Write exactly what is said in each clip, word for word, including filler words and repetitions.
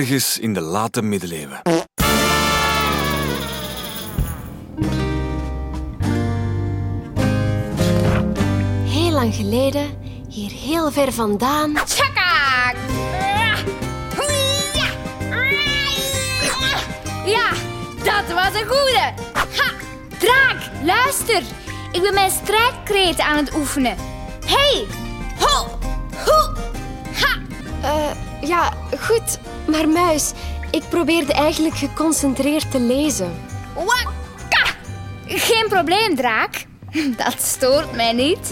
ergens in de late middeleeuwen. Heel lang geleden, hier heel ver vandaan... Tjaka! Ja, dat was een goede. Ha! Draak, luister. Ik ben mijn strijdkreet aan het oefenen. Hey! Ho! Ho! Ha! Uh, ja, goed. Maar muis, ik probeerde eigenlijk geconcentreerd te lezen. Wakka! Geen probleem, draak. Dat stoort mij niet.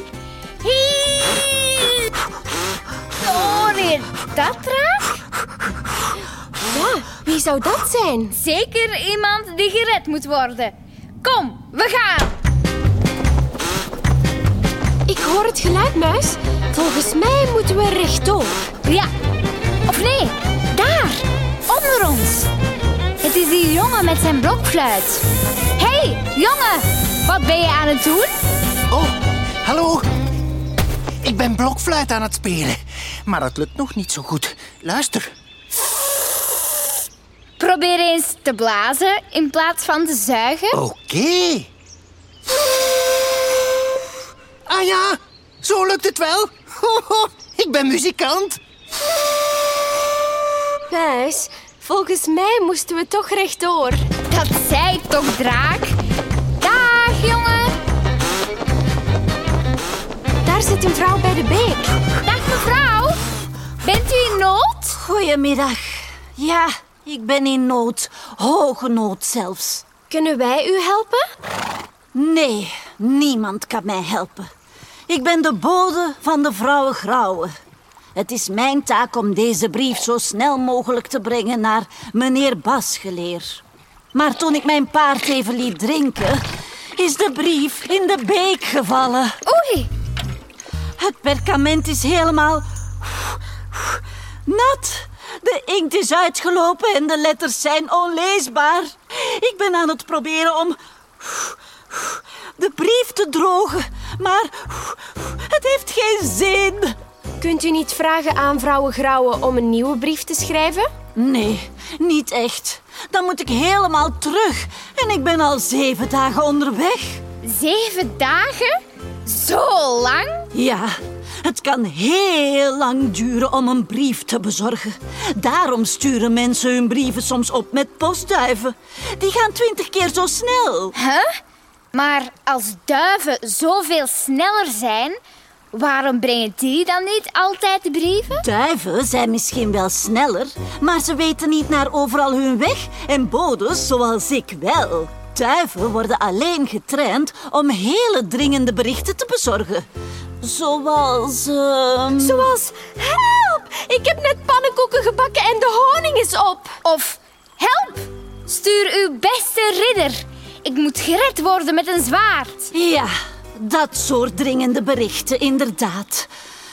Hie! Oh nee, dat draak? Ja, wie zou dat zijn? Zeker iemand die gered moet worden. Kom, we gaan. Ik hoor het geluid, muis. Volgens mij moeten we rechtdoor. Ja, of nee, daar, onder ons. Het is die jongen met zijn blokfluit. Hé, hey, jongen, wat ben je aan het doen? Oh, hallo. Ik ben blokfluit aan het spelen. Maar dat lukt nog niet zo goed. Luister. Probeer eens te blazen in plaats van te zuigen. Oké. Okay. Ah ja, zo lukt het wel. Ik ben muzikant. Muis, volgens mij moesten we toch rechtdoor. Dat zei ik toch, draak? Dag, jongen. Daar zit een vrouw bij de beek. Dag, mevrouw. Bent u in nood? Goedemiddag. Ja, ik ben in nood. Hoge nood zelfs. Kunnen wij u helpen? Nee, niemand kan mij helpen. Ik ben de bode van de vrouwen Grauwe. Het is mijn taak om deze brief zo snel mogelijk te brengen naar meneer Basgeleer. Maar toen ik mijn paard even liet drinken, is de brief in de beek gevallen. Oei. Het perkament is helemaal nat. De inkt is uitgelopen en de letters zijn onleesbaar. Ik ben aan het proberen om de brief te drogen, maar het heeft geen zin. Kunt u niet vragen aan vrouwen Grauwe om een nieuwe brief te schrijven? Nee, niet echt. Dan moet ik helemaal terug en ik ben al zeven dagen onderweg. Zeven dagen? Zo lang? Ja, het kan heel lang duren om een brief te bezorgen. Daarom sturen mensen hun brieven soms op met postduiven. Die gaan twintig keer zo snel. Huh? Maar als duiven zoveel sneller zijn, waarom brengen die dan niet altijd de brieven? Duiven zijn misschien wel sneller, maar ze weten niet naar overal hun weg. En bodes, zoals ik wel. Duiven worden alleen getraind om hele dringende berichten te bezorgen. Zoals... Uh... Zoals, help! Ik heb net pannenkoeken gebakken en de honing is op. Of, help! Stuur uw beste ridder. Ik moet gered worden met een zwaard. Ja, dat soort dringende berichten, inderdaad.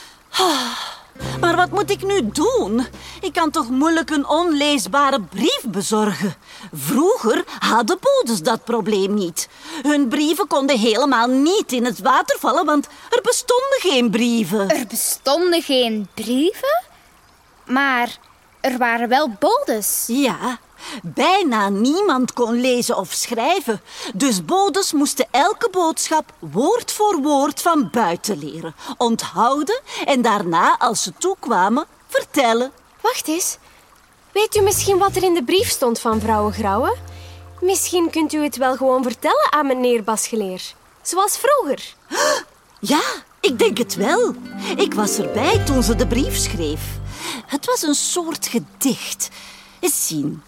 Maar wat moet ik nu doen? Ik kan toch moeilijk een onleesbare brief bezorgen? Vroeger hadden bodes dat probleem niet. Hun brieven konden helemaal niet in het water vallen, want er bestonden geen brieven. Er bestonden geen brieven? Maar er waren wel bodes. Ja, bijna niemand kon lezen of schrijven. Dus bodes moesten elke boodschap woord voor woord van buiten leren, onthouden en daarna, als ze toekwamen, vertellen. Wacht eens. Weet u misschien wat er in de brief stond van vrouwen Grauwe? Misschien kunt u het wel gewoon vertellen aan meneer Basgeleer. Zoals vroeger. Ja, ik denk het wel. Ik was erbij toen ze de brief schreef. Het was een soort gedicht. Eens zien.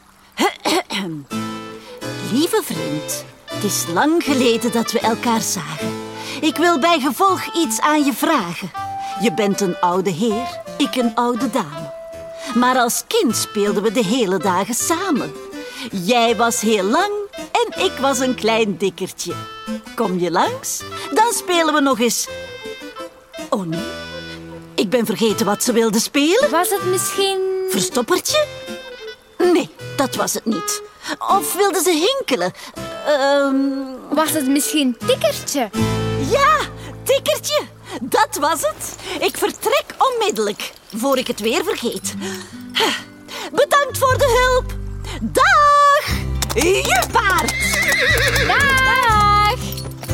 Lieve vriend, het is lang geleden dat we elkaar zagen. Ik wil bij gevolg iets aan je vragen. Je bent een oude heer, ik een oude dame. Maar als kind speelden we de hele dagen samen. Jij was heel lang en ik was een klein dikkertje. Kom je langs? Dan spelen we nog eens... Oh nee, ik ben vergeten wat ze wilde spelen. Was het misschien... Verstoppertje? Nee, dat was het niet. Of wilde ze hinkelen? Um... Was het misschien tikkertje? Ja, tikkertje. Dat was het. Ik vertrek onmiddellijk, voor ik het weer vergeet. Bedankt voor de hulp. Dag! Je paard. Dag!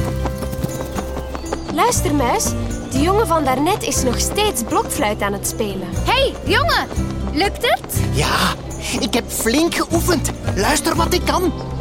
Luister, muis. De jongen van daarnet is nog steeds blokfluit aan het spelen. Hey, jongen. Lukt het? Ja, ik heb flink geoefend. Luister wat ik kan.